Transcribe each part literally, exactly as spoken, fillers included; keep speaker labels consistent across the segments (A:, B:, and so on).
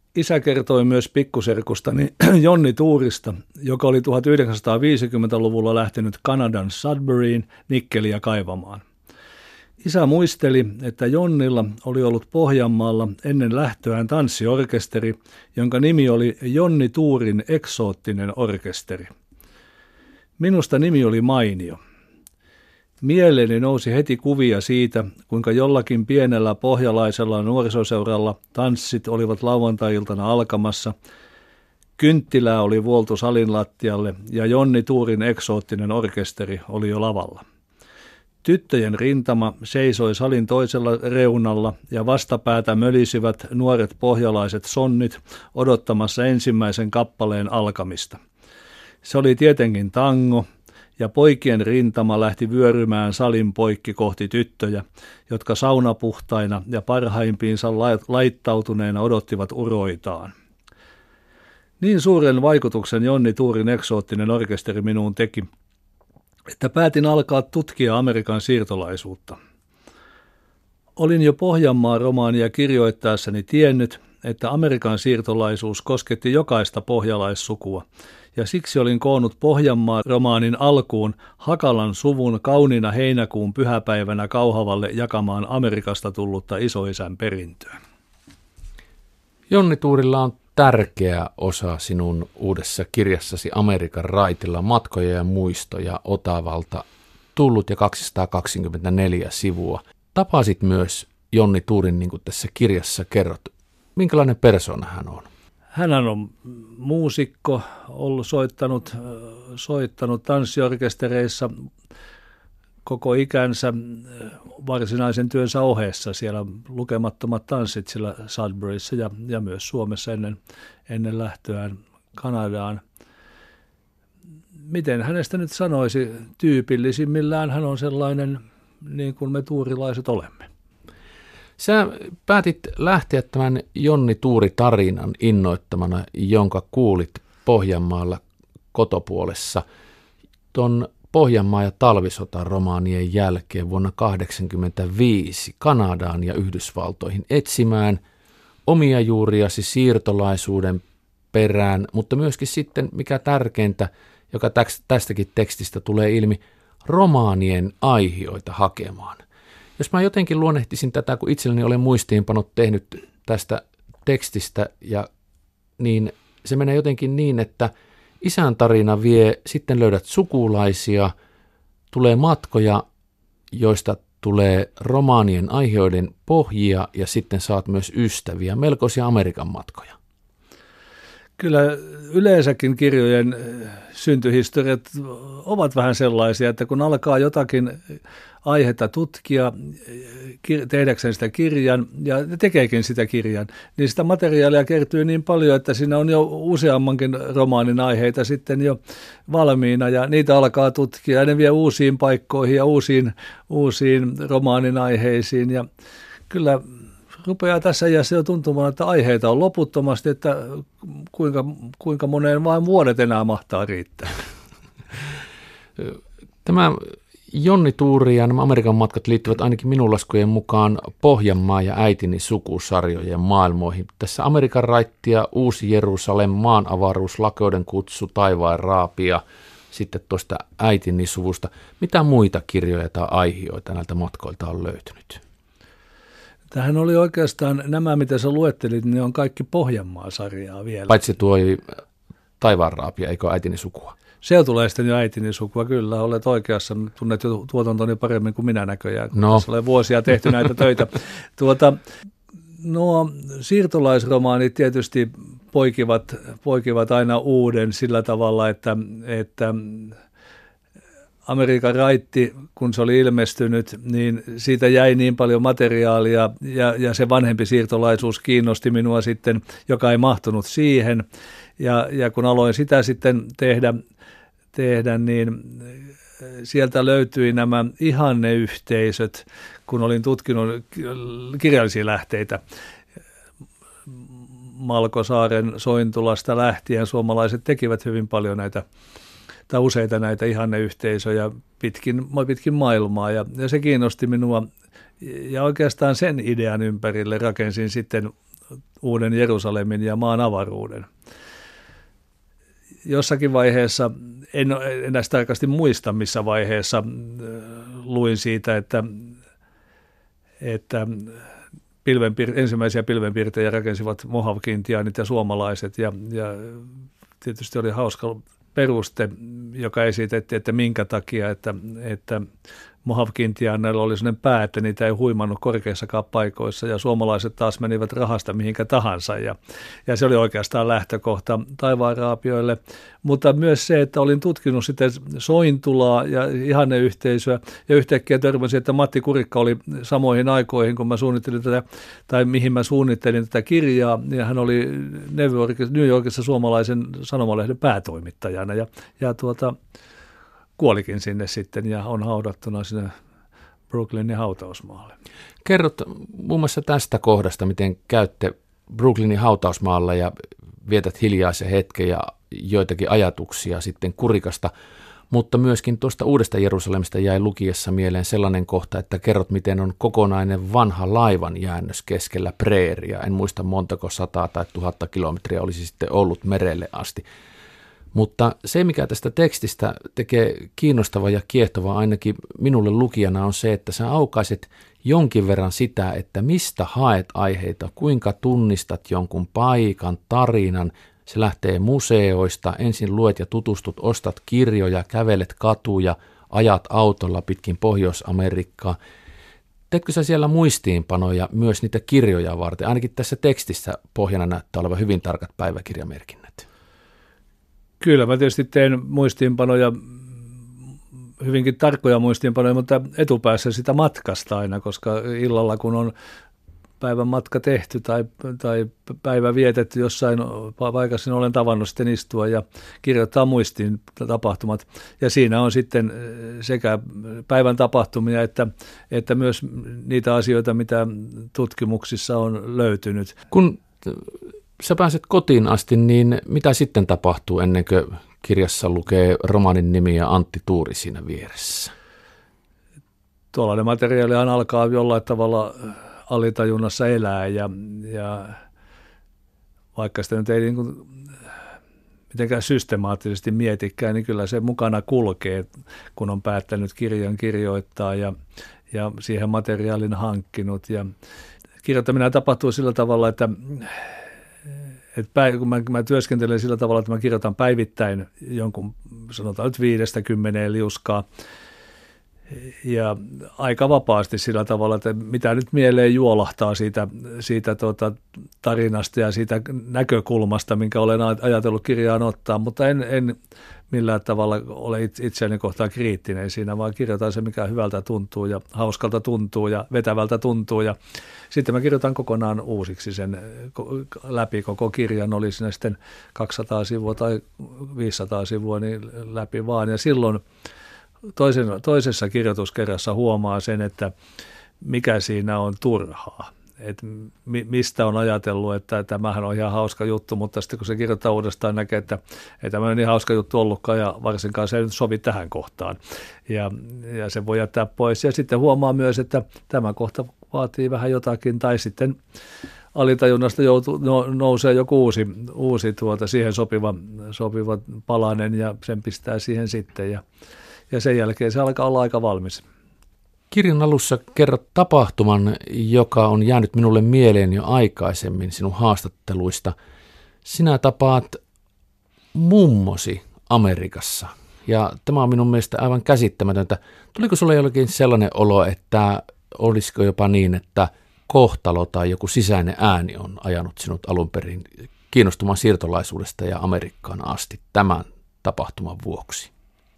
A: Isä kertoi myös pikkuserkustani Jonni Tuurista, joka oli tuhatyhdeksänsataaviisikymmentäluvulla lähtenyt Kanadan Sudburyin nikkeliä kaivamaan. Isä muisteli, että Jonnilla oli ollut Pohjanmaalla ennen lähtöään tanssiorkesteri, jonka nimi oli Jonni Tuurin eksoottinen orkesteri. Minusta nimi oli mainio. Mieleeni nousi heti kuvia siitä, kuinka jollakin pienellä pohjalaisella nuorisoseuralla tanssit olivat lauantai-iltana alkamassa, kynttilää oli vuoltu salin lattialle ja Jonni Tuurin eksoottinen orkesteri oli jo lavalla. Tyttöjen rintama seisoi salin toisella reunalla ja vastapäätä mölisivät nuoret pohjalaiset sonnit odottamassa ensimmäisen kappaleen alkamista. Se oli tietenkin tango, ja poikien rintama lähti vyörymään salin poikki kohti tyttöjä, jotka saunapuhtaina ja parhaimpiinsa laittautuneena odottivat uroitaan. Niin suuren vaikutuksen Jonni Tuurin eksoottinen orkesteri minuun teki, että päätin alkaa tutkia Amerikan siirtolaisuutta. Olin jo Pohjanmaan romaania kirjoittaessani tiennyt, että Amerikan siirtolaisuus kosketti jokaista pohjalaissukua, ja siksi olin koonnut Pohjanmaan romaanin alkuun Hakalan suvun kauniina heinäkuun pyhäpäivänä Kauhavalle jakamaan Amerikasta tullutta isoisän perintöä.
B: Jonni Tuurilla on tärkeä osa sinun uudessa kirjassasi Amerikan raitilla, matkoja ja muistoja Otavalta, tullut ja kaksisataakaksikymmentäneljä sivua. Tapasit myös Jonni Tuurin, niin kuin tässä kirjassa kerrot. Minkälainen persoona hän on?
A: Hän on muusikko, ollut soittanut, soittanut tanssiorkestereissa koko ikänsä varsinaisen työnsä ohessa, siellä lukemattomat tanssit siellä Sudburyssa ja, ja myös Suomessa ennen, ennen lähtöään Kanadaan. Miten hänestä nyt sanoisi, tyypillisimmillään hän on sellainen niin kuin me tuurilaiset olemme.
B: Sä päätit lähteä tämän Jonni Tuuri-tarinan innoittamana, jonka kuulit Pohjanmaalla kotopuolessa ton Pohjanmaa- ja talvisotan romaanien jälkeen vuonna tuhatyhdeksänsataakahdeksankymmentäviisi Kanadaan ja Yhdysvaltoihin etsimään omia juuriasi siirtolaisuuden perään, mutta myöskin sitten, mikä tärkeintä, joka tästäkin tekstistä tulee ilmi, romaanien aihioita hakemaan. Jos mä jotenkin luonnehtisin tätä, kun itselleni olen muistiinpanot tehnyt tästä tekstistä, ja niin se menee jotenkin niin, että isän tarina vie, sitten löydät sukulaisia, tulee matkoja, joista tulee romaanien aiheiden pohjia, ja sitten saat myös ystäviä, melkoisia Amerikan matkoja.
A: Kyllä yleensäkin kirjojen syntyhistoriat ovat vähän sellaisia, että kun alkaa jotakin aihetta tutkia, tehdäkseen sitä kirjan ja tekeekin sitä kirjan, niin sitä materiaalia kertyy niin paljon, että siinä on jo useammankin romaanin aiheita sitten jo valmiina ja niitä alkaa tutkia ja ne vie uusiin paikkoihin ja uusiin, uusiin romaanin aiheisiin ja kyllä rupeaa tässä iässä jo tuntumaan, että aiheita on loputtomasti, että kuinka, kuinka moneen vain vuodet enää mahtaa riittää.
B: Tämä Jonni Tuuri ja nämä Amerikan matkat liittyvät ainakin minun laskujen mukaan Pohjanmaa ja äitini sukusarjojen maailmoihin. Tässä Amerikan raittia, Uusi Jerusalem, maan avaruus, lakeuden kutsu, taivaan raapia, sitten tuosta äitini suvusta. Mitä muita kirjoja tai aiheita näiltä matkoilta on löytynyt?
A: Tähän oli oikeastaan, nämä mitä sä luettelit, ne on kaikki Pohjanmaa-sarjaa vielä.
B: Paitsi tuo taivaanraapia, eikö äitini sukua?
A: Se tulee sitten jo äitini sukua, kyllä, olet oikeassa, tunnet jo tuotantoni paremmin kuin minä näköjään, kun
B: no.
A: tässä olen vuosia tehty näitä töitä. Tuota, nuo siirtolaisromaanit tietysti poikivat, poikivat aina uuden sillä tavalla, että, että Amerikan raitti, kun se oli ilmestynyt, niin siitä jäi niin paljon materiaalia ja, ja se vanhempi siirtolaisuus kiinnosti minua sitten, joka ei mahtunut siihen. Ja, ja kun aloin sitä sitten tehdä, tehdä, niin sieltä löytyi nämä ihanneyhteisöt, kun olin tutkinut kirjallisia lähteitä. Malkosaaren Sointulasta lähtien suomalaiset tekivät hyvin paljon näitä tai useita näitä ihanneyhteisöjä pitkin, pitkin maailmaa ja, ja se kiinnosti minua ja oikeastaan sen idean ympärille rakensin sitten uuden Jerusalemin ja maan avaruuden. Jossakin vaiheessa, en enää tarkasti muista missä vaiheessa, luin siitä, että, että pilvenpiir- ensimmäisiä pilvenpiirtejä rakensivat Mohav-kiintiaanit ja suomalaiset, ja, ja tietysti oli hauska peruste, joka esitettiin, että minkä takia, että, että Mohav-kiintiaaneilla oli sellainen pää, että niitä ei huimannut korkeissakaan paikoissa, ja suomalaiset taas menivät rahasta mihinkä tahansa, ja, ja se oli oikeastaan lähtökohta taivaanraapioille, mutta myös se, että olin tutkinut sitten Sointulaa ja ihanneyhteisöä, ja yhtäkkiä törmäsin, että Matti Kurikka oli samoihin aikoihin, kun mä suunnittelin tätä, tai mihin mä suunnittelin tätä kirjaa, ja hän oli New Yorkissa suomalaisen sanomalehden päätoimittajana, ja, ja tuota... kuolikin sinne sitten ja on haudattuna sinne Brooklynin hautausmaalle.
B: Kerrot muun muassa tästä kohdasta, miten käytte Brooklynin hautausmaalla ja vietät hiljaisen hetken ja joitakin ajatuksia sitten Kurikasta, mutta myöskin tuosta uudesta Jerusalemista jäi lukiessa mieleen sellainen kohta, että kerrot, miten on kokonainen vanha laivan jäännös keskellä preeria. En muista montako sataa tai tuhatta kilometriä olisi sitten ollut merelle asti. Mutta se, mikä tästä tekstistä tekee kiinnostavaa ja kiehtovaa ainakin minulle lukijana, on se, että sä aukaiset jonkin verran sitä, että mistä haet aiheita, kuinka tunnistat jonkun paikan, tarinan. Se lähtee museoista, ensin luet ja tutustut, ostat kirjoja, kävelet katuja, ajat autolla pitkin Pohjois-Amerikkaa. Teetkö sä siellä muistiinpanoja myös niitä kirjoja varten? Ainakin tässä tekstissä pohjana näyttää olevan hyvin tarkat päiväkirjamerkinnät.
A: Kyllä, mä tietysti teen muistiinpanoja, hyvinkin tarkkoja muistiinpanoja, mutta etupäässä sitä matkasta aina, koska illalla kun on päivän matka tehty tai, tai päivä vietetty jossain paikassa, niin olen tavannut sitten istua ja kirjoittaa muistiin tapahtumat. Ja siinä on sitten sekä päivän tapahtumia että, että myös niitä asioita, mitä tutkimuksissa on löytynyt.
B: Kun sä pääset kotiin asti, niin mitä sitten tapahtuu ennen kuin kirjassa lukee romaanin nimi ja Antti Tuuri siinä vieressä?
A: Tuollainen materiaalihan alkaa jollain tavalla alitajunnassa elää ja, ja vaikka sitä nyt ei niin kuin mitenkään systemaattisesti mietikään, niin kyllä se mukana kulkee, kun on päättänyt kirjan kirjoittaa ja, ja siihen materiaalin hankkinut. Ja kirjoittaminen tapahtuu sillä tavalla, että että kun mä, mä työskentelen sillä tavalla, että mä kirjoitan päivittäin jonkun, sanotaan nyt viidestä kymmeneen liuskaa, ja aika vapaasti sillä tavalla, että mitä nyt mieleen juolahtaa siitä, siitä tota, tarinasta ja siitä näkökulmasta, minkä olen ajatellut kirjaan ottaa, mutta en, en millään tavalla ole itseäni kohtaan kriittinen siinä, vaan kirjoitan se, mikä hyvältä tuntuu ja hauskalta tuntuu ja vetävältä tuntuu, ja sitten mä kirjoitan kokonaan uusiksi sen läpi koko kirjan, oli siinä sitten kaksisataa sivua tai viisisataa sivua niin läpi vaan, ja silloin toisen, toisessa kirjoituskerrassa huomaa sen, että mikä siinä on turhaa. Että mistä on ajatellut, että tämähän on ihan hauska juttu, mutta sitten kun se kirjoittaa uudestaan, näkee, että ei tämä niin hauska juttu ollutkaan ja varsinkaan se ei nyt sovi tähän kohtaan. Ja, ja se voi jättää pois. Ja sitten huomaa myös, että tämä kohta vaatii vähän jotakin, tai sitten alitajunnasta joutuu, no, nousee joku uusi, uusi tuota, siihen sopiva, sopiva palanen ja sen pistää siihen sitten. Ja, ja sen jälkeen se alkaa olla aika valmis.
B: Kirjan alussa kerrot tapahtuman, joka on jäänyt minulle mieleen jo aikaisemmin sinun haastatteluista. Sinä tapaat mummosi Amerikassa, ja tämä on minun mielestä aivan käsittämätöntä. Tuliko sinulle jollakin sellainen olo, että olisiko jopa niin, että kohtalo tai joku sisäinen ääni on ajanut sinut alun perin kiinnostumaan siirtolaisuudesta ja Amerikkaan asti tämän tapahtuman vuoksi?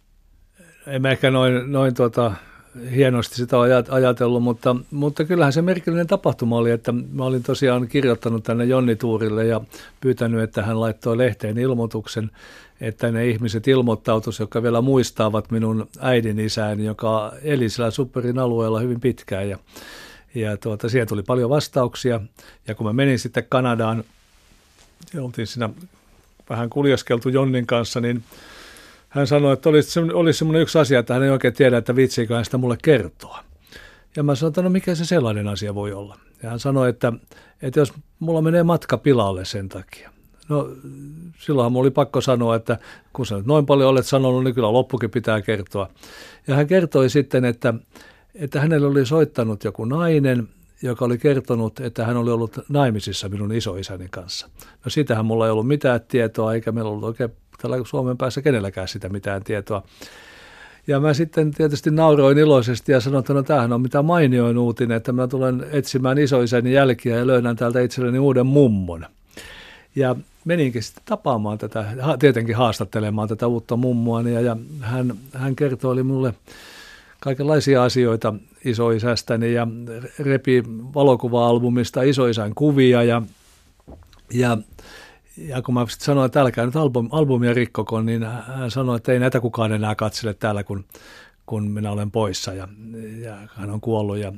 A: En mä ehkä noin, noin tuota... hienosti sitä ajatellut, mutta, mutta kyllähän se merkillinen tapahtuma oli, että mä olin tosiaan kirjoittanut tänne Jonni Tuurille ja pyytänyt, että hän laittoi lehteen ilmoituksen, että ne ihmiset ilmoittautuisivat, jotka vielä muistavat minun äidin isääni, joka eli siellä Superin alueella hyvin pitkään, ja, ja tuota, siihen tuli paljon vastauksia, ja kun mä menin sitten Kanadaan ja oltiin siinä vähän kuljeskeltu Jonnin kanssa, niin hän sanoi, että olisi, olisi semmoinen yksi asia, että hän ei oikein tiedä, että viitsiikö hän sitä mulle kertoa. Ja mä sanoin, että no mikä se sellainen asia voi olla. Ja hän sanoi, että, että jos mulla menee matka pilalle sen takia. No silloinhan mulla oli pakko sanoa, että kun sä nyt noin paljon olet sanonut, niin kyllä loppukin pitää kertoa. Ja hän kertoi sitten, että, että hänelle oli soittanut joku nainen, joka oli kertonut, että hän oli ollut naimisissa minun isoisäni kanssa. No siitähän mulla ei ollut mitään tietoa, eikä meillä ollut oikein täällä Suomen päässä kenelläkään sitä mitään tietoa. Ja mä sitten tietysti nauroin iloisesti ja sanoin, että no tämähän on mitä mainioin uutinen, että mä tulen etsimään isoisäni jälkiä ja löydän täältä itselleni uuden mummon. Ja meninkin sitten tapaamaan tätä, tietenkin haastattelemaan tätä uutta mummoani ja hän, hän kertoi mulle kaikenlaisia asioita isoisästäni ja repi valokuva-albumista isoisän kuvia ja, ja, ja kun mä sitten sanoin, että älkää nyt album, albumia rikkoko, niin hän sanoi, että ei näitä kukaan enää katsele täällä, kun, kun minä olen poissa ja, ja hän on kuollut ja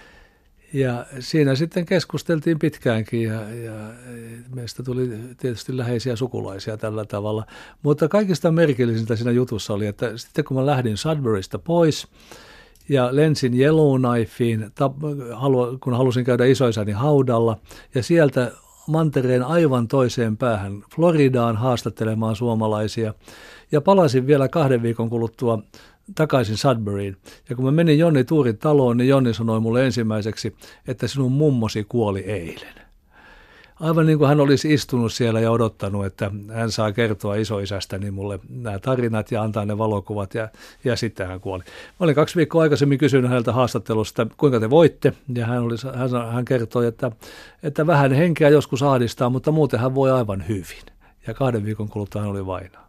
A: Ja siinä sitten keskusteltiin pitkäänkin ja, ja meistä tuli tietysti läheisiä sukulaisia tällä tavalla. Mutta kaikista merkillisintä siinä jutussa oli, että sitten kun mä lähdin Sudburysta pois ja lensin Yellowknifeen, kun halusin käydä isoisäni haudalla ja sieltä mantereen aivan toiseen päähän Floridaan haastattelemaan suomalaisia ja palasin vielä kahden viikon kuluttua takaisin Sudburyin. Ja kun mä menin Jonni Tuurin taloon, niin Jonni sanoi mulle ensimmäiseksi, että sinun mummosi kuoli eilen. Aivan niin kuin hän olisi istunut siellä ja odottanut, että hän saa kertoa isoisästäni mulle nämä tarinat ja antaa ne valokuvat ja, ja sitten hän kuoli. Mä olin kaksi viikkoa aikaisemmin kysynyt häneltä haastattelusta, kuinka te voitte, ja hän, oli, hän, hän kertoi, että, että vähän henkeä joskus ahdistaa, mutta muuten hän voi aivan hyvin. Ja kahden viikon kuluttua hän oli vainaa.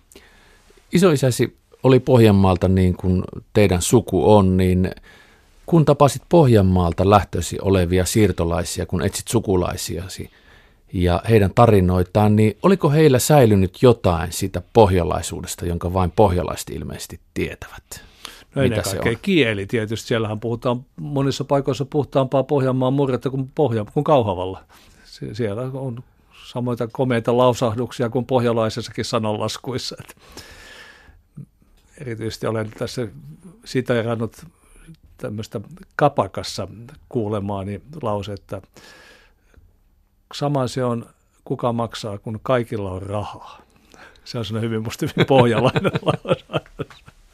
B: Isoisäsi oli Pohjanmaalta niin kuin teidän suku on, niin kun tapasit Pohjanmaalta lähtösi olevia siirtolaisia, kun etsit sukulaisiasi ja heidän tarinoitaan, niin oliko heillä säilynyt jotain siitä pohjalaisuudesta, jonka vain pohjalaiset ilmeisesti tietävät?
A: No ennen kaikkea kieli tietysti. Siellähän puhutaan monissa paikoissa puhtaampaa Pohjanmaan murretta kuin, Pohja, kuin Kauhavalla. Siellä on samoita komeita lausahduksia kuin pohjalaisessakin sananlaskuissa. Erityisesti olen tässä siteerannut tämmöistä Kapakassa kuulemaani lausetta. Sama se on, kuka maksaa, kun kaikilla on rahaa. Se on sellainen hyvin musta hyvin pohjalainen lausahdus.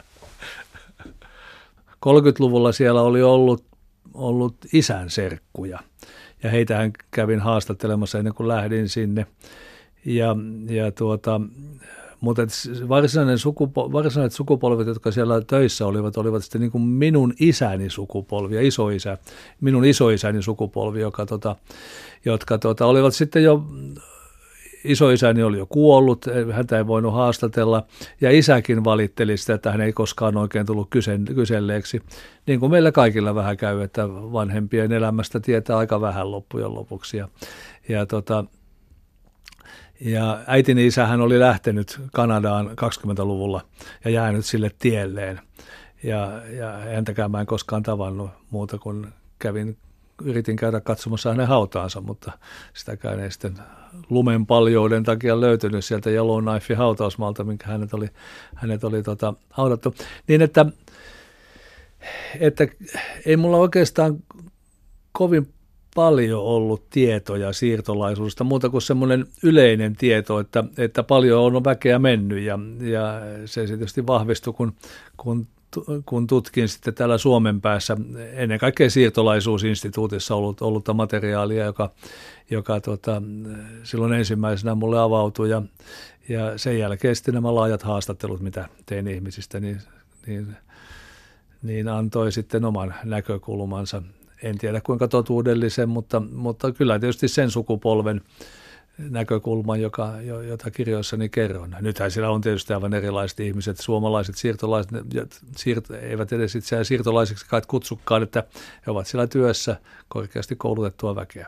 A: kolmekymmentäluvulla siellä oli ollut, ollut isän serkkuja ja heitähän kävin haastattelemassa ennen kuin lähdin sinne. Ja, ja tuota... Mutta varsinainen sukupo, varsinaiset sukupolvet, jotka siellä töissä olivat, olivat sitten niin kuin minun isäni sukupolvi ja isoisä, minun isoisäni sukupolvi, joka, tota, jotka tota, olivat sitten jo, isoisäni oli jo kuollut, häntä ei voinut haastatella ja isäkin valitteli sitä, että hän ei koskaan oikein tullut kyselleeksi. Niin kuin meillä kaikilla vähän käy, että vanhempien elämästä tietää aika vähän loppujen lopuksi ja, ja tota, Ja äitini isähän oli lähtenyt Kanadaan kaksikymmentäluvulla ja jäänyt sille tielleen. Ja, ja häntäkään mä en koskaan tavannut muuta kuin kävin, yritin käydä katsomassa hänen hautaansa, mutta sitäkään ei sitten lumen paljouden takia löytynyt sieltä Yellowknifin hautausmaalta, minkä hänet oli, hänet oli tota, haudattu. Niin että, että ei mulla oikeastaan kovin paljon ollut tietoja siirtolaisuudesta, muuta kuin semmoinen yleinen tieto, että, että paljon on väkeä mennyt ja, ja se tietysti vahvistui, kun, kun, kun tutkin sitten täällä Suomen päässä ennen kaikkea siirtolaisuusinstituutissa ollut, ollutta materiaalia, joka, joka tota, silloin ensimmäisenä mulle avautui ja, ja sen jälkeen sitten nämä laajat haastattelut, mitä tein ihmisistä, niin, niin, niin antoi sitten oman näkökulmansa. En tiedä kuinka totuudellisen, mutta, mutta kyllä tietysti sen sukupolven näkökulman, joka, jota kirjoissani kerron. Nythän siellä on tietysti aivan erilaiset ihmiset, suomalaiset siirtolaiset, siirt, eivät edes itseään siirtolaisiksi kai kutsukaan, että he ovat siellä työssä korkeasti koulutettua väkeä.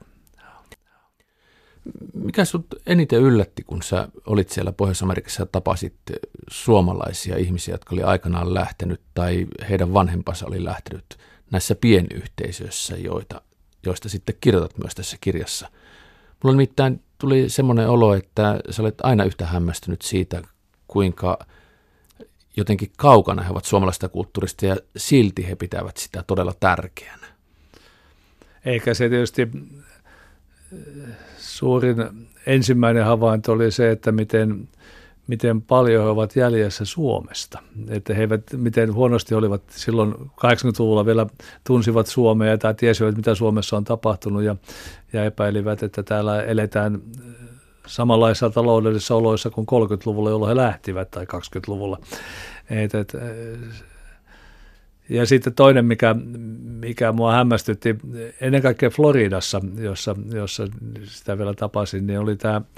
B: Mikä sinut eniten yllätti, kun sä olit siellä Pohjois-Amerikassa ja tapasit suomalaisia ihmisiä, jotka oli aikanaan lähtenyt tai heidän vanhempansa oli lähtenyt näissä pienyhteisöissä, joita, joista sitten kirjoitat myös tässä kirjassa. Mulla nimittäin tuli semmoinen olo, että sä olet aina yhtä hämmästynyt siitä, kuinka jotenkin kaukana he ovat suomalaisesta kulttuurista ja silti he pitävät sitä todella tärkeänä.
A: Eikä se tietysti suurin ensimmäinen havainto oli se, että miten, miten paljon he ovat jäljessä Suomesta. Että he eivät, miten huonosti olivat silloin kahdeksankymmentäluvulla vielä tunsivat Suomea tai tiesivät, mitä Suomessa on tapahtunut ja, ja epäilivät, että täällä eletään samanlaisissa taloudellisissa oloissa kuin kolmekymmentäluvulla, jolloin he lähtivät, tai kaksikymmentäluvulla. Et, et, ja sitten toinen, mikä, mikä mua hämmästytti, ennen kaikkea Floridassa, jossa, jossa sitä vielä tapasin, niin oli tämä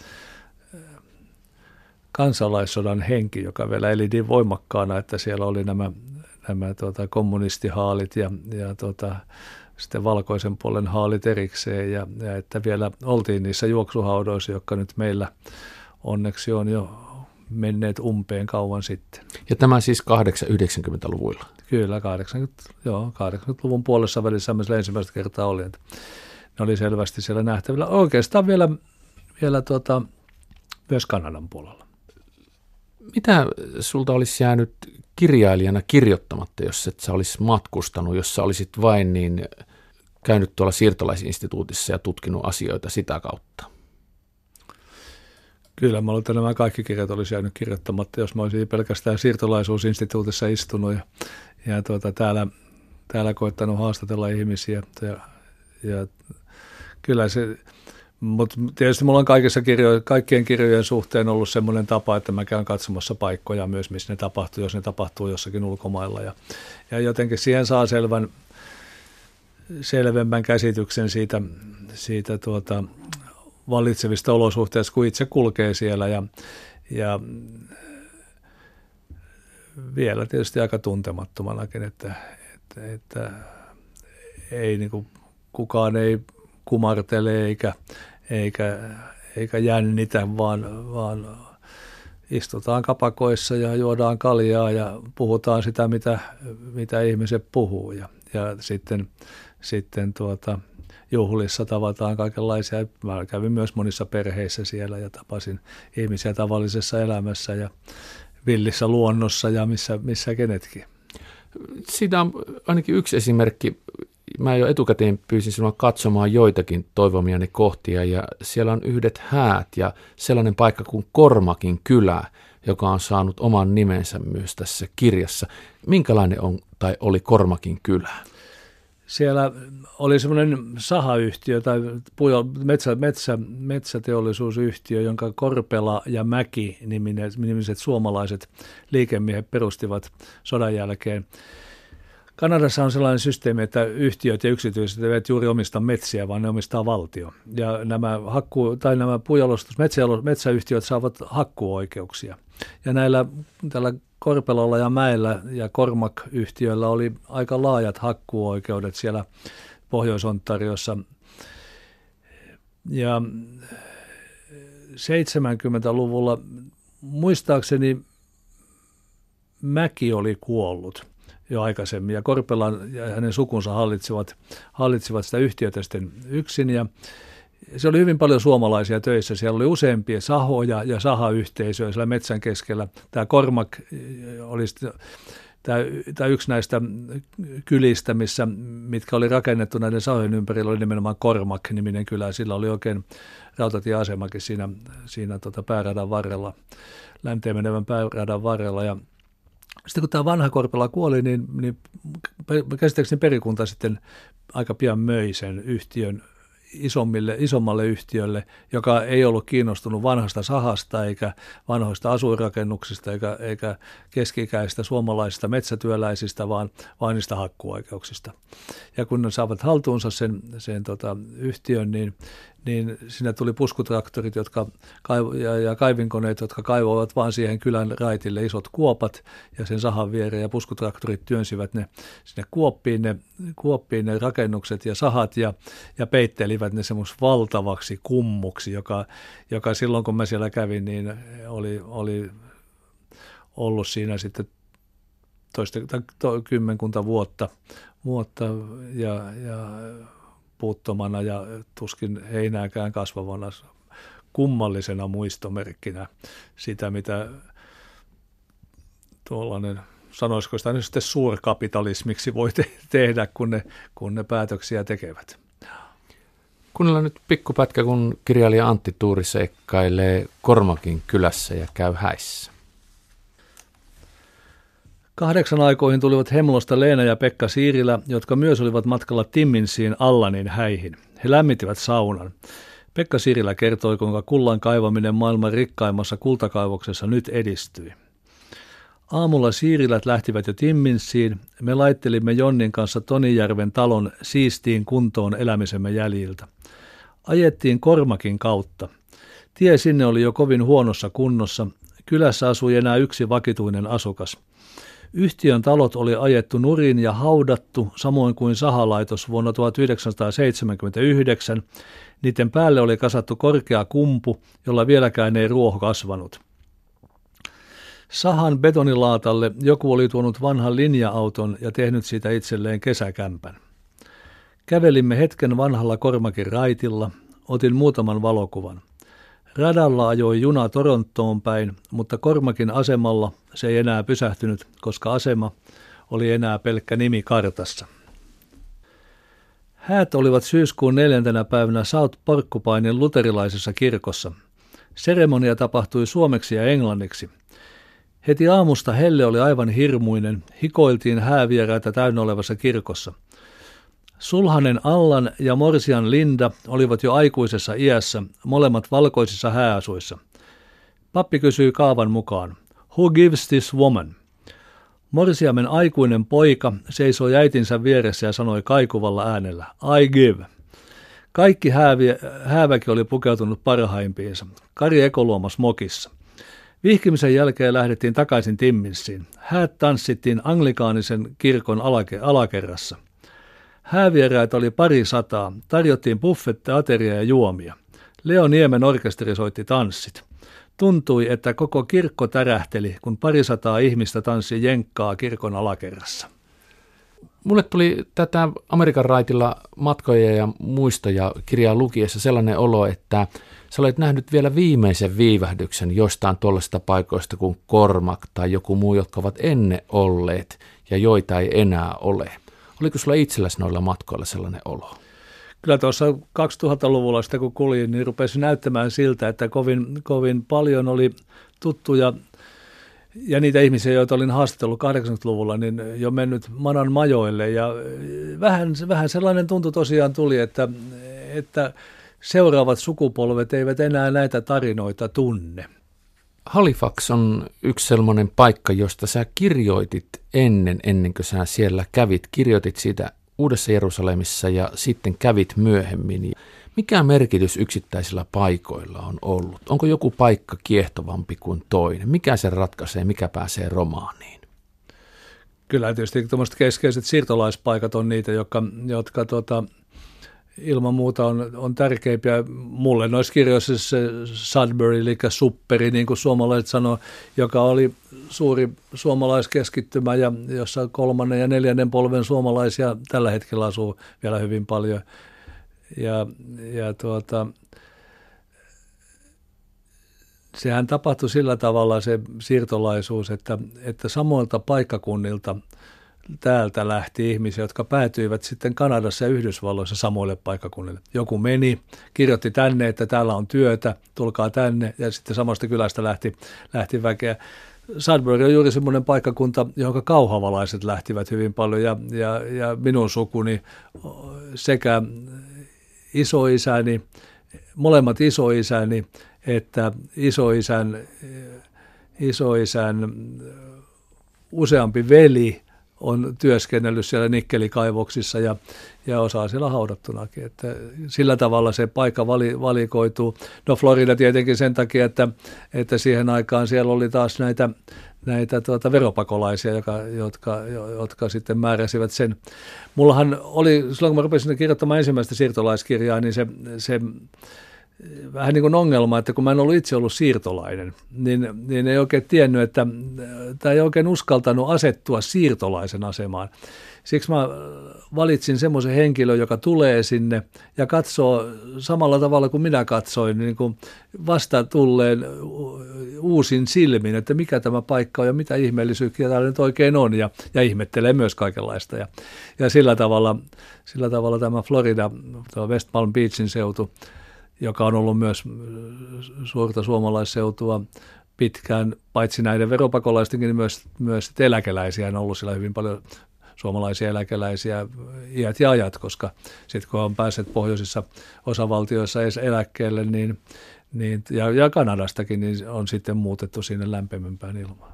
A: kansalaissodan henki, joka vielä eli niin voimakkaana, että siellä oli nämä, nämä tuota, kommunistihaalit ja, ja tuota, sitten valkoisen puolen haalit erikseen, ja, ja että vielä oltiin niissä juoksuhaudoissa, jotka nyt meillä onneksi on jo menneet umpeen kauan sitten.
B: Ja tämä siis kahdeksankymmentä-yhdeksänkymmentäluvuilla?
A: Kyllä, kahdeksankymmentä, joo, kahdeksankymmentäluvun puolessa välissä missä ensimmäistä kertaa oli. Ne oli selvästi siellä nähtävillä. Oikeastaan vielä, vielä tuota, myös Kanadan puolella.
B: Mitä sulta olisi jäänyt kirjailijana kirjoittamatta, jos et sä olisi matkustanut, jos sä olisit vain niin käynyt tuolla siirtolaisinstituutissa ja tutkinut asioita sitä kautta?
A: Kyllä, mä luulen, nämä kaikki kirjat olisi jäänyt kirjoittamatta, jos mä olisin pelkästään siirtolaisuusinstituutissa istunut ja, ja tuota, täällä, täällä koettanut haastatella ihmisiä. Ja, ja kyllä se, mutta tietysti mulla on kaikissa kirjo, kaikkien kirjojen suhteen ollut semmoinen tapa, että mä käyn katsomassa paikkoja myös, missä ne tapahtuu, jos ne tapahtuu jossakin ulkomailla. Ja, ja jotenkin siihen saa selvän, selvemmän käsityksen siitä, siitä tuota, vallitsevista olosuhteista, kun itse kulkee siellä ja, ja vielä tietysti aika tuntemattomanakin, että, että, että ei, niin kuin, kukaan ei kumartele eikä, eikä, eikä jännitä, vaan, vaan istutaan kapakoissa ja juodaan kaljaa ja puhutaan sitä, mitä, mitä ihmiset puhuu ja, ja sitten, sitten tuota, juhlissa tavataan kaikenlaisia. Mä kävin myös monissa perheissä siellä ja tapasin ihmisiä tavallisessa elämässä ja villissä luonnossa ja missä, missä kenetkin.
B: Siitä on ainakin yksi esimerkki. Mä jo etukäteen pyysin sinua katsomaan joitakin toivomiani kohtia ja siellä on yhdet häät ja sellainen paikka kuin Kormakin kylä, joka on saanut oman nimensä myös tässä kirjassa. Minkälainen on tai oli Kormakin kylä? Siellä
A: oli semmoinen sahayhtiö tai metsä, metsä, metsäteollisuusyhtiö, jonka Korpela ja Mäki nimiset suomalaiset liikemiehet perustivat sodan jälkeen. Kanadassa on sellainen systeemi, että yhtiöt ja yksityiset eivät juuri omista metsiä, vaan ne omistaa valtio. Ja nämä, hakku, tai nämä puujalostus, metsä, metsäyhtiöt saavat hakkuoikeuksia. Ja näillä tällä Korpelalla ja Mäellä ja Kormak-yhtiöillä oli aika laajat hakkuoikeudet siellä Pohjois-Ontariossa. Ja seitsemänkymmentäluvulla muistaakseni Mäki oli kuollut jo aikaisemmin ja Korpelan ja hänen sukunsa hallitsivat, hallitsivat sitä yhtiötä sitten yksin ja se oli hyvin paljon suomalaisia töissä. Siellä oli useampia sahoja ja sahayhteisöjä siellä metsän keskellä. Tämä Kormak oli tämä, tämä yksi näistä kylistä, missä, mitkä oli rakennettu näiden sahojen ympärillä, oli nimenomaan Kormak-niminen kylä. Sillä oli oikein rautatieasemakin siinä, siinä tota pääradan varrella, länteen menevän pääradan varrella. Ja sitten kun tämä vanha Korpela kuoli, niin, niin käsittääkseni perikunta sitten aika pian möi sen yhtiön isommille, isommalle yhtiölle, joka ei ollut kiinnostunut vanhasta sahasta eikä vanhoista asuinrakennuksista eikä, eikä keski-ikäisistä suomalaisista metsätyöläisistä, vaan vain niistä hakkuoikeuksista. Ja kun ne saavat haltuunsa sen, sen tota, yhtiön, niin, niin siinä tuli puskutraktorit jotka kaivo, ja, ja kaivinkoneet, jotka kaivoivat vaan siihen kylän raitille isot kuopat ja sen sahan viereen, ja puskutraktorit työnsivät ne sinne kuoppiin ne, kuoppiin ne rakennukset ja sahat ja, ja peittelivät ne semmoiksi valtavaksi kummuksi, joka, joka silloin kun mä siellä kävin, niin oli, oli ollut siinä sitten toista, to, kymmenkunta vuotta, vuotta ja, ja puuttomana ja tuskin heinääkään kasvavana kummallisena muistomerkkinä sitä, mitä tuollainen, sanoisiko sitä nyt sitten suurkapitalismiksi voi te- tehdä, kun ne, kun ne päätöksiä tekevät.
B: Kuunnellaan nyt pikkupätkä, kun kirjailija Antti Tuuri seikkailee Kormakin kylässä ja käy häissä.
A: Kahdeksan aikoihin tulivat Hemlosta Leena ja Pekka Siirilä, jotka myös olivat matkalla Timminsiin Allanin häihin. He lämmittivät saunan. Pekka Siirilä kertoi, kuinka kullan kaivaminen maailman rikkaimmassa kultakaivoksessa nyt edistyi. Aamulla Siirilät lähtivät jo Timminsiin. Me laittelimme Jonnin kanssa Tonijärven talon siistiin kuntoon elämisemme jäljiltä. Ajettiin Kormakin kautta. Tie sinne oli jo kovin huonossa kunnossa. Kylässä asui enää yksi vakituinen asukas. Yhtiön talot oli ajettu nurin ja haudattu, samoin kuin sahalaitos vuonna tuhatyhdeksänsataaseitsemänkymmentäyhdeksän. Niiden päälle oli kasattu korkea kumpu, jolla vieläkään ei ruoho kasvanut. Sahan betonilaatalle joku oli tuonut vanhan linja-auton ja tehnyt siitä itselleen kesäkämpän. Kävelimme hetken vanhalla Kormakin raitilla, otin muutaman valokuvan. Radalla ajoi juna Torontoon päin, mutta Kormakin asemalla se ei enää pysähtynyt, koska asema oli enää pelkkä nimi kartassa. Häät olivat syyskuun neljäntenä päivänä South Porcupinein luterilaisessa kirkossa. Seremonia tapahtui suomeksi ja englanniksi. Heti aamusta helle oli aivan hirmuinen, hikoiltiin häävieraita täynnä olevassa kirkossa. Sulhanen Allan ja morsian Linda olivat jo aikuisessa iässä, molemmat valkoisissa hääasuissa. Pappi kysyi kaavan mukaan, "Who gives this woman?" Morsiamen aikuinen poika seisoi äitinsä vieressä ja sanoi kaikuvalla äänellä, "I give." Kaikki hääviä, hääväki oli pukeutunut parhaimpiinsa, Kari Ekoluomas mokissa. Vihkimisen jälkeen lähdettiin takaisin Timminsiin. Häät tanssittiin anglikaanisen kirkon alake, alakerrassa. Häävieraita oli pari sataa, tarjottiin buffette, ateria ja juomia. Leo Niemen orkesteri soitti tanssit. Tuntui, että koko kirkko tärähteli, kun parisataa ihmistä tanssi jenkkaa kirkon alakerrassa.
B: Mulle tuli tätä Amerikan raitilla matkoja ja muistoja kirjaa lukiessa sellainen olo, että sä olet nähnyt vielä viimeisen viivähdyksen jostain tuollaisista paikoista kuin Cormac tai joku muu, jotka ovat ennen olleet ja joita ei enää ole. Oliko sulla itselläsi noilla matkoilla sellainen olo?
A: Kyllä tuossa kaksituhattaluvulla sitä kun kuljin, niin rupesi näyttämään siltä, että kovin, kovin paljon oli tuttuja ja niitä ihmisiä, joita olin haastatellut kahdeksankymmentäluvulla, niin jo mennyt manan majoille. Ja vähän, vähän sellainen tuntu tosiaan tuli, että, että seuraavat sukupolvet eivät enää näitä tarinoita tunne.
B: Halifax on yksi sellainen paikka, josta sä kirjoitit ennen, ennen kuin sä siellä kävit. Kirjoitit siitä Uudessa Jerusalemissa ja sitten kävit myöhemmin. Mikä merkitys yksittäisillä paikoilla on ollut? Onko joku paikka kiehtovampi kuin toinen? Mikä se ratkaisee, mikä pääsee romaaniin?
A: Kyllä tietysti tuommoiset keskeiset siirtolaispaikat on niitä, jotka, jotka tota, ilman muuta on, on tärkeimpiä. Mulle noissa kirjoissa se Sudbury, eli supperi, niin kuin suomalaiset sanoo, joka oli suuri suomalaiskeskittymä ja jossa kolmannen ja neljännen polven suomalaisia tällä hetkellä asuu vielä hyvin paljon. Ja, ja tuota, sehän tapahtui sillä tavalla se siirtolaisuus, että, että samoilta paikkakunnilta täältä lähti ihmisiä, jotka päätyivät sitten Kanadassa ja Yhdysvalloissa samoille paikkakunnille. Joku meni, kirjoitti tänne, että täällä on työtä, tulkaa tänne, ja sitten samasta kylästä lähti, lähti väkeä. Sudbury on juuri semmoinen paikkakunta, johon kauhavalaiset lähtivät hyvin paljon, ja, ja, ja minun sukuni sekä isoisäni, molemmat isoisäni, että isoisän, isoisän useampi veli on työskennellyt siellä nikkelikaivoksissa ja, ja osaa siellä haudattunakin. Että sillä tavalla se paikka vali, valikoituu. No Florida tietenkin sen takia, että, että siihen aikaan siellä oli taas näitä, näitä tuota veropakolaisia, jotka, jotka, jotka sitten määräsivät sen. Mullahan oli, silloin kun mä rupesin kirjoittamaan ensimmäistä siirtolaiskirjaa, niin se, se vähän niin kuin ongelma, että kun mä en ollut itse ollut siirtolainen, niin, niin ei oikein tiennyt, että, tai ei oikein uskaltanut asettua siirtolaisen asemaan. Siksi mä valitsin semmoisen henkilön, joka tulee sinne ja katsoo samalla tavalla kuin minä katsoin, niin kuin vasta tulleen uusin silmin, että mikä tämä paikka on ja mitä ihmeellisyyksiä täällä nyt oikein on, ja, ja ihmettelee myös kaikenlaista. Ja, ja sillä, tavalla, sillä tavalla tämä Florida, tämä West Palm Beachin seutu, joka on ollut myös suurta suomalaisseutua pitkään, paitsi näiden veropakolaistenkin, niin myös, myös eläkeläisiä on ollut siellä hyvin paljon suomalaisia eläkeläisiä iät ja ajat, koska sitten kun on päässyt pohjoisissa osavaltioissa eläkkeelle, niin, niin, ja, ja Kanadastakin, niin on sitten muutettu sinne lämpimämpään ilmaan.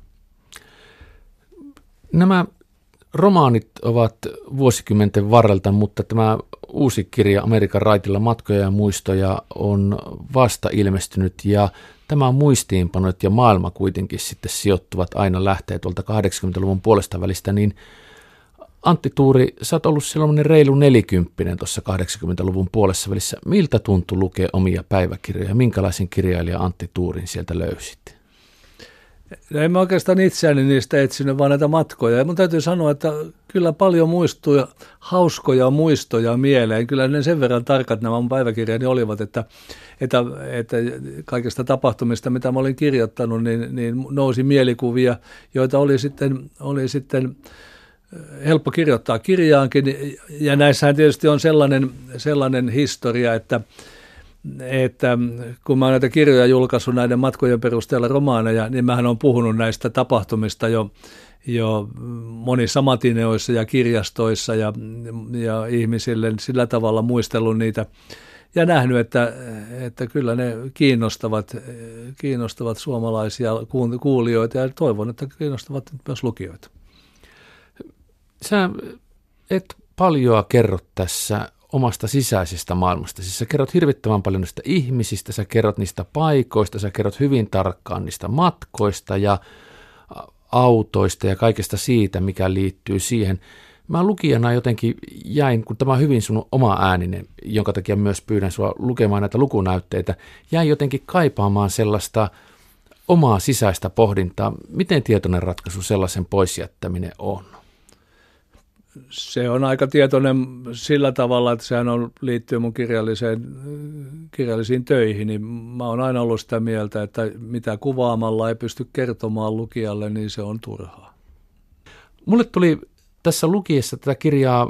B: Nämä romaanit ovat vuosikymmenten varrelta, mutta tämä uusi kirja Amerikan raitilla matkoja ja muistoja on vasta ilmestynyt, ja tämä muistiinpanot ja maailma kuitenkin sitten sijoittuvat aina lähtee tuolta kahdeksankymmentäluvun puolesta välistä, niin Antti Tuuri, sä oot ollut silloin reilu nelikymppinen tuossa kahdeksankymmentäluvun puolessa välissä. Miltä tuntui lukea omia päiväkirjoja? Minkälaisen kirjailija Antti Tuurin sieltä löysit?
A: No en mä oikeastaan itseäni niistä etsinyt, vaan näitä matkoja. Ja mun täytyy sanoa, että kyllä paljon muistuja, hauskoja muistoja mieleen. Kyllä ne sen verran tarkat nämä mun päiväkirjani olivat, että, että, että kaikista tapahtumista, mitä mä olin kirjoittanut, niin, niin nousi mielikuvia, joita oli sitten, oli sitten helppo kirjoittaa kirjaankin. Ja näissähän tietysti on sellainen, sellainen historia, että että kun mä oon näitä kirjoja julkaissut näiden matkojen perusteella romaaneja, niin mähän olen puhunut näistä tapahtumista jo, jo monissa matineoissa ja kirjastoissa ja, ja ihmisille sillä tavalla muistellut niitä ja nähnyt, että, että kyllä ne kiinnostavat, kiinnostavat suomalaisia kuulijoita ja toivon, että kiinnostavat myös lukijoita.
B: Sä et paljoa kerro tässä omasta sisäisestä maailmasta. Siis sä kerrot hirvittävän paljon niistä ihmisistä, sä kerrot niistä paikoista, sä kerrot hyvin tarkkaan niistä matkoista ja autoista ja kaikesta siitä, mikä liittyy siihen. Mä lukijana jotenkin jäin, kun tämä on hyvin sun oma ääninen, jonka takia myös pyydän sua lukemaan näitä lukunäytteitä, jäin jotenkin kaipaamaan sellaista omaa sisäistä pohdintaa. Miten tietoinen ratkaisu sellaisen poisjättäminen on?
A: Se on aika tietoinen sillä tavalla, että sehän on, liittyy mun kirjalliseen, kirjallisiin töihin, niin mä oon aina ollut sitä mieltä, että mitä kuvaamalla ei pysty kertomaan lukijalle, niin se on turhaa.
B: Mulle tuli tässä lukiessa tätä kirjaa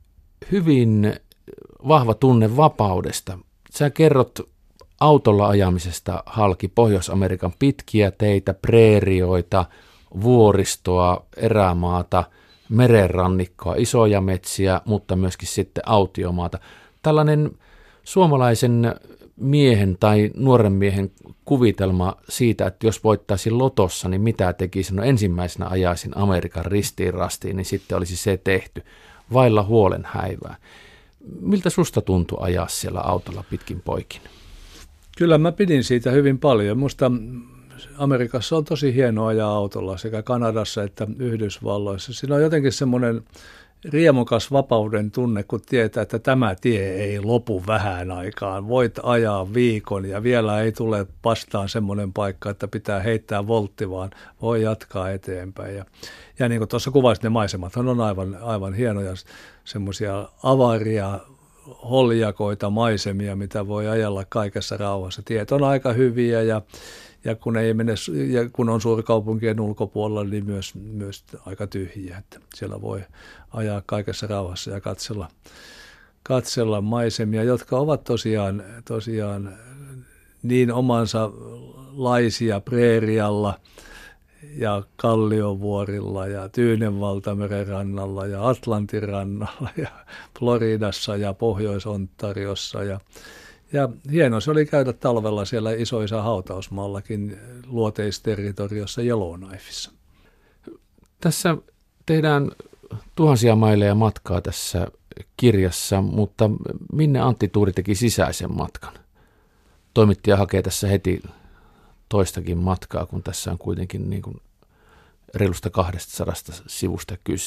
B: hyvin vahva tunne vapaudesta. Sä kerrot autolla ajamisesta halki Pohjois-Amerikan pitkiä teitä, preerioita, vuoristoa, erämaata, merenrannikkoa, isoja metsiä, mutta myöskin sitten autiomaata. Tällainen suomalaisen miehen tai nuoren miehen kuvitelma siitä, että jos voittaisin lotossa, niin mitä tekisin? No ensimmäisenä ajaisin Amerikan ristiin rastiin, niin sitten olisi se tehty, vailla huolen häivää. Miltä susta tuntui ajaa siellä autolla pitkin poikin?
A: Kyllä mä pidin siitä hyvin paljon. Musta Amerikassa on tosi hienoa ajaa autolla sekä Kanadassa että Yhdysvalloissa. Siinä on jotenkin semmoinen riemukas vapauden tunne, kun tietää, että tämä tie ei lopu vähään aikaan. Voit ajaa viikon ja vielä ei tule vastaan semmoinen paikka, että pitää heittää voltti, vaan voi jatkaa eteenpäin. Ja, ja niin kuin tuossa kuvasit, ne maisemat on aivan, aivan hienoja, semmoisia avaria, holjakoita maisemia, mitä voi ajella kaikessa rauhassa. Tiet on aika hyviä ja Ja kun, ei mene, ja kun on suurikaupunkien ulkopuolella, niin myös, myös aika tyhjiä. Että siellä voi ajaa kaikessa rauhassa ja katsella, katsella maisemia, jotka ovat tosiaan, tosiaan niin omansa laisia preerialla ja Kalliovuorilla ja Tyynenvaltameren rannalla ja Atlantin rannalla ja Floridassa ja Pohjois-Ontariossa ja Ja hienoa se oli käydä talvella siellä Isoisän hautausmaallakin luoteisterritoriossa Yellowknifessa.
B: Tässä tehdään tuhansia maileja matkaa tässä kirjassa, mutta minne Antti Tuuri teki sisäisen matkan? Toimittaja hakee tässä heti toistakin matkaa, kun tässä on kuitenkin niin kuin reilusta kahdestasadasta sivusta kyse.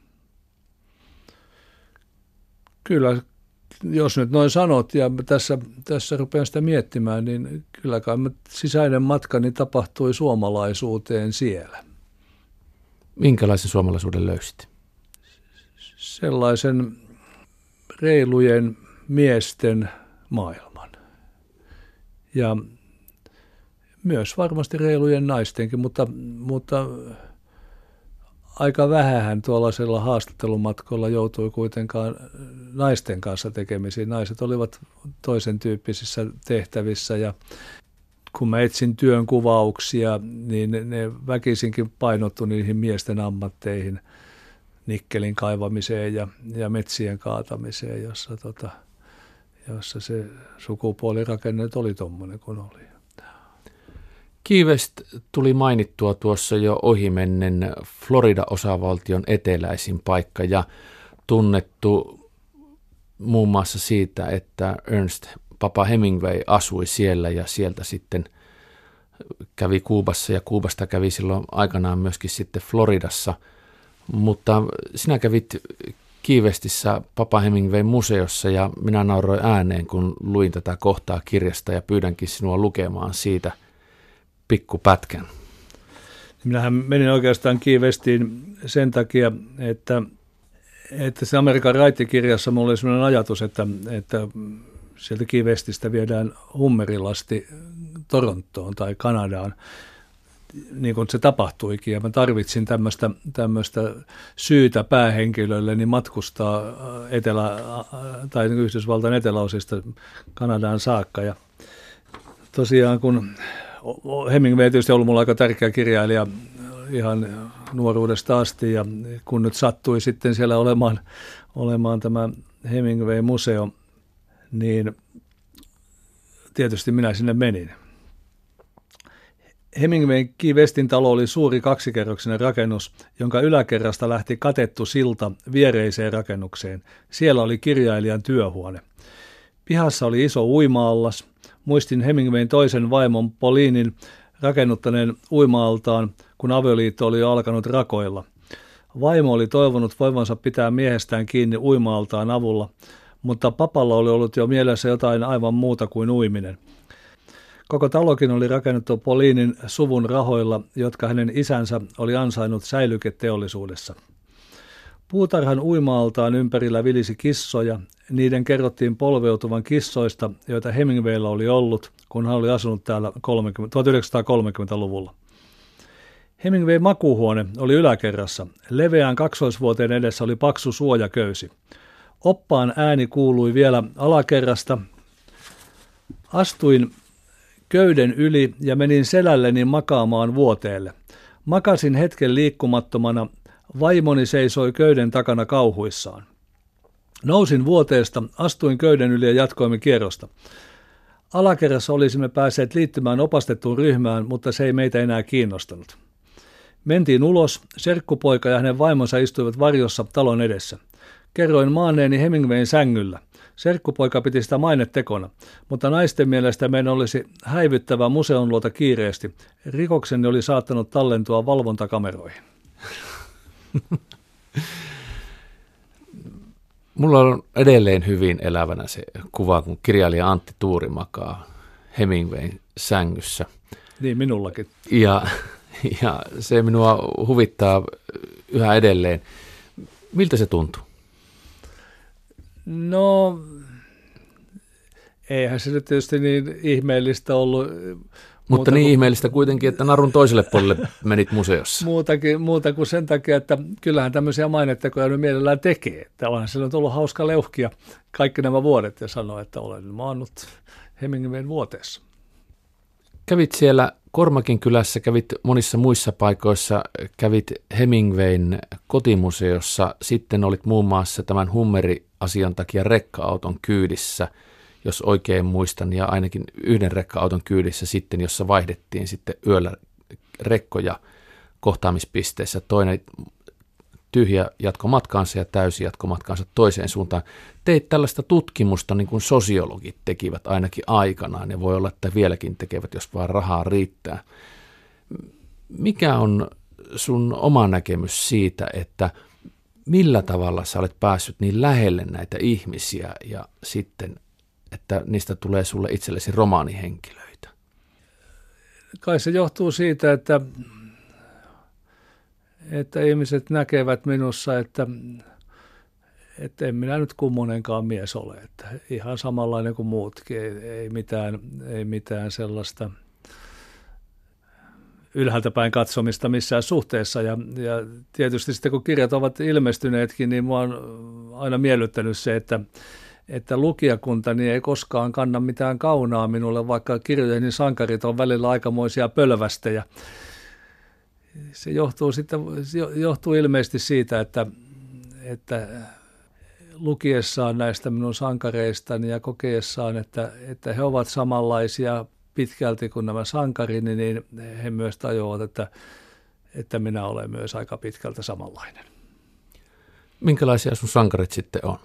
A: Kyllä. Jos nyt noin sanot ja tässä, tässä rupean sitä miettimään, niin kyllä kai sisäinen matkani tapahtui suomalaisuuteen siellä.
B: Minkälaisen suomalaisuuden löysit?
A: Sellaisen reilujen miesten maailman. Ja myös varmasti reilujen naistenkin, mutta, mutta aika vähähän tuollaisella haastattelumatkolla joutui kuitenkaan naisten kanssa tekemisiin. Naiset olivat toisen tyyppisissä tehtävissä ja kun mä etsin työn kuvauksia, niin ne väkisinkin painottu niihin miesten ammatteihin, nikkelin kaivamiseen ja, ja metsien kaatamiseen, jossa, tota, jossa se sukupuolirakenne oli tommoinen kuin oli.
B: Key-West tuli mainittua tuossa jo ohimennen Florida-osavaltion eteläisin paikka ja tunnettu muun muassa siitä, että Ernest Papa Hemingway asui siellä ja sieltä sitten kävi Kuubassa ja Kuubasta kävi silloin aikanaan myöskin sitten Floridassa. Mutta sinä kävit Key-Westissä Papa Hemingwayn museossa ja minä nauroin ääneen, kun luin tätä kohtaa kirjasta ja pyydänkin sinua lukemaan siitä pikkupätkän.
A: Minähän menin oikeastaan Key Westiin sen takia, että, että se Amerikan raittikirjassa mulla oli sellainen ajatus, että, että sieltä Key Westistä viedään hummerilasti Torontoon tai Kanadaan, niin kuin se tapahtuikin. Ja mä tarvitsin tämmöistä, tämmöistä syytä päähenkilölle niin matkustaa etelä, tai Yhdysvaltain eteläosista Kanadaan saakka. Ja tosiaan kun Hemingway tietysti on ollut mulla aika tärkeä kirjailija ihan nuoruudesta asti, ja kun nyt sattui sitten siellä olemaan, olemaan tämä Hemingway-museo, niin tietysti minä sinne menin. Hemingwayn Key Westin talo oli suuri kaksikerroksinen rakennus, jonka yläkerrasta lähti katettu silta viereiseen rakennukseen. Siellä oli kirjailijan työhuone. Pihassa oli iso uima-allas. Muistin Hemingwayn toisen vaimon Paulinen rakennuttaneen uima-altaan, kun avioliitto oli jo alkanut rakoilla. Vaimo oli toivonut voivansa pitää miehestään kiinni uima-altaan avulla, mutta papalla oli ollut jo mielessä jotain aivan muuta kuin uiminen. Koko talokin oli rakennettu Paulinen suvun rahoilla, jotka hänen isänsä oli ansainnut säilyketeollisuudessa. Puutarhan uima-altaan ympärillä vilisi kissoja. Niiden kerrottiin polveutuvan kissoista, joita Hemingwaylla oli ollut, kun hän oli asunut täällä tuhatyhdeksänsataakolmekymmentäluvulla. Hemingwayn makuuhuone oli yläkerrassa. Leveään kaksoisvuoteen edessä oli paksu suojaköysi. Oppaan ääni kuului vielä alakerrasta. Astuin köyden yli ja menin selälleni makaamaan vuoteelle. Makasin hetken liikkumattomana. Vaimoni seisoi köyden takana kauhuissaan. Nousin vuoteesta, astuin köyden yli ja jatkoimme kierrosta. Alakerrassa olisimme päässeet liittymään opastettuun ryhmään, mutta se ei meitä enää kiinnostanut. Mentiin ulos, serkkupoika ja hänen vaimonsa istuivat varjossa talon edessä. Kerroin maanneeni Hemingwayn sängyllä. Serkkupoika piti sitä mainetekona, mutta naisten mielestä meidän olisi häivyttävä museon luota kiireesti. Rikokseni oli saattanut tallentua valvontakameroihin.
B: Mulla on edelleen hyvin elävänä se kuva, kun kirjailija Antti Tuuri makaa Hemingwayn sängyssä.
A: Niin, minullakin.
B: Ja, ja se minua huvittaa yhä edelleen. Miltä se tuntuu?
A: No, eihän se nyt tietysti niin ihmeellistä ollut.
B: Mutta niin kuin, ihmeellistä kuitenkin, että narun toiselle puolelle menit museossa.
A: Muutakin, muuta kuin sen takia, että kyllähän tämmöisiä mainetekoja nyt mielellään tekee. Että onhan sillä on ollut hauska leuhkia kaikki nämä vuodet ja sanoa, että olen maannut Hemingwayn vuoteessa.
B: Kävit siellä Kormakin kylässä, kävit monissa muissa paikoissa, kävit Hemingwayn kotimuseossa, sitten olit muun muassa tämän Hummeri-asian takia rekka-auton kyydissä, jos oikein muistan, ja ainakin yhden rekka-auton kyydissä sitten, jossa vaihdettiin sitten yöllä rekkoja kohtaamispisteissä, toinen tyhjä jatkomatkaansa ja täysi jatkomatkaansa toiseen suuntaan. Teit tällaista tutkimusta, niin kuin sosiologit tekivät ainakin aikanaan, ja voi olla, että vieläkin tekevät, jos vaan rahaa riittää. Mikä on sun oma näkemys siitä, että millä tavalla sä olet päässyt niin lähelle näitä ihmisiä ja sitten että niistä tulee sulle itsellesi romaanihenkilöitä?
A: Kai se johtuu siitä, että, että ihmiset näkevät minussa, että, että en minä nyt kummonenkaan mies ole. Että ihan samanlainen kuin muutkin, ei, ei, mitään, ei mitään sellaista ylhäältä päin katsomista missään suhteessa. Ja, ja tietysti sitten kun kirjat ovat ilmestyneetkin, niin mua on aina miellyttänyt se, että, että lukijakuntani ei koskaan kanna mitään kaunaa minulle, vaikka kirjojeni sankarit on välillä aikamoisia pölvästejä. Se johtuu, sitten, johtuu ilmeisesti siitä, että, että lukiessaan näistä minun sankareistani ja kokeessaan, että, että he ovat samanlaisia pitkälti kuin nämä sankarini, niin he myös tajuavat, että, että minä olen myös aika pitkältä samanlainen.
B: Minkälaisia sun sankarit sitten on?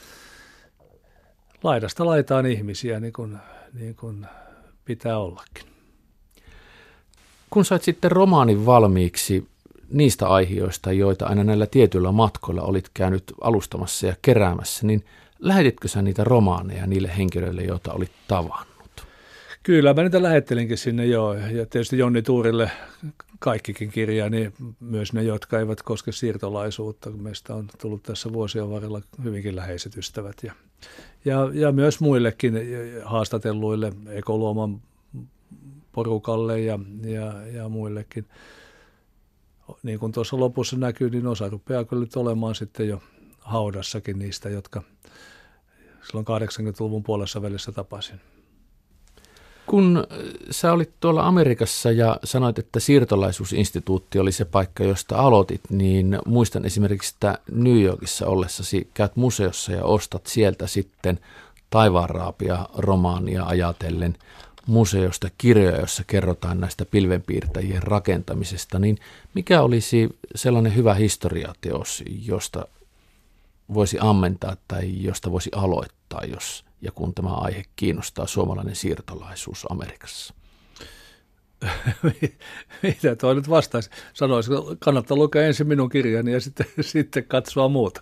A: Laidasta laitaan ihmisiä, niin kuin, niin kuin pitää ollakin.
B: Kun sait sitten romaanin valmiiksi niistä aiheista, joita aina näillä tietyillä matkoilla olit käynyt alustamassa ja keräämässä, niin lähetitkö sä niitä romaaneja niille henkilöille, joita olit tavannut?
A: Kyllä, mä niitä lähettelinkin sinne joo, ja tietysti Jonni Tuurille kaikkikin kirjaa, niin myös ne, jotka eivät koske siirtolaisuutta, kun meistä on tullut tässä vuosien varrella hyvinkin läheiset ystävät, ja, ja, ja myös muillekin haastatelluille, Ekoluoman porukalle ja, ja, ja muillekin. Niin kuin tuossa lopussa näkyy, niin osa rupeaa kyllä nyt olemaan sitten jo haudassakin niistä, jotka silloin kahdeksankymmentäluvun puolessa välissä tapasin.
B: Kun sä olit tuolla Amerikassa ja sanoit, että siirtolaisuusinstituutti oli se paikka, josta aloitit, niin muistan esimerkiksi, että New Yorkissa ollessasi käyt museossa ja ostat sieltä sitten Taivaanraapia romaania ajatellen museosta kirjoja, jossa kerrotaan näistä pilvenpiirtäjien rakentamisesta, niin mikä olisi sellainen hyvä historiateos, josta voisi ammentaa tai josta voisi aloittaa, jos ja kun tämä aihe kiinnostaa suomalainen siirtolaisuus Amerikassa?
A: Mitä tuo nyt vastaisi? Sanoisi, kannattaa lukea ensin minun kirjani ja sitten, sitten katsoa muuta.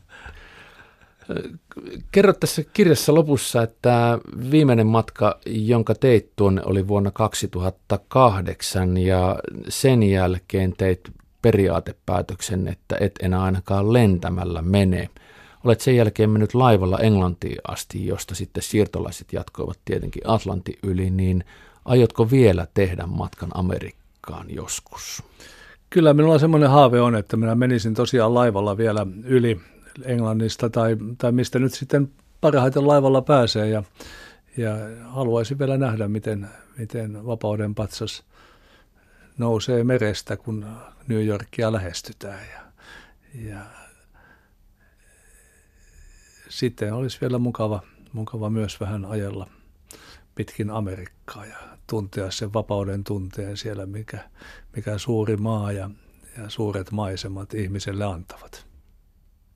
B: Kerrot tässä kirjassa lopussa, että viimeinen matka, jonka teit tuonne, oli vuonna kaksituhattakahdeksan ja sen jälkeen teit periaatepäätöksen, että et enää ainakaan lentämällä mene. Olet sen jälkeen mennyt laivalla Englantiin asti, josta sitten siirtolaiset jatkoivat tietenkin Atlantin yli, niin aiotko vielä tehdä matkan Amerikkaan joskus?
A: Kyllä minulla semmoinen haave on, että minä menisin tosiaan laivalla vielä yli Englannista tai, tai mistä nyt sitten parhaiten laivalla pääsee ja, ja haluaisin vielä nähdä, miten, miten vapauden patsas nousee merestä, kun New Yorkia lähestytään ja, ja sitten olisi vielä mukava, mukava myös vähän ajella pitkin Amerikkaa ja tuntea sen vapauden tunteen siellä, mikä, mikä suuri maa ja, ja suuret maisemat ihmiselle antavat.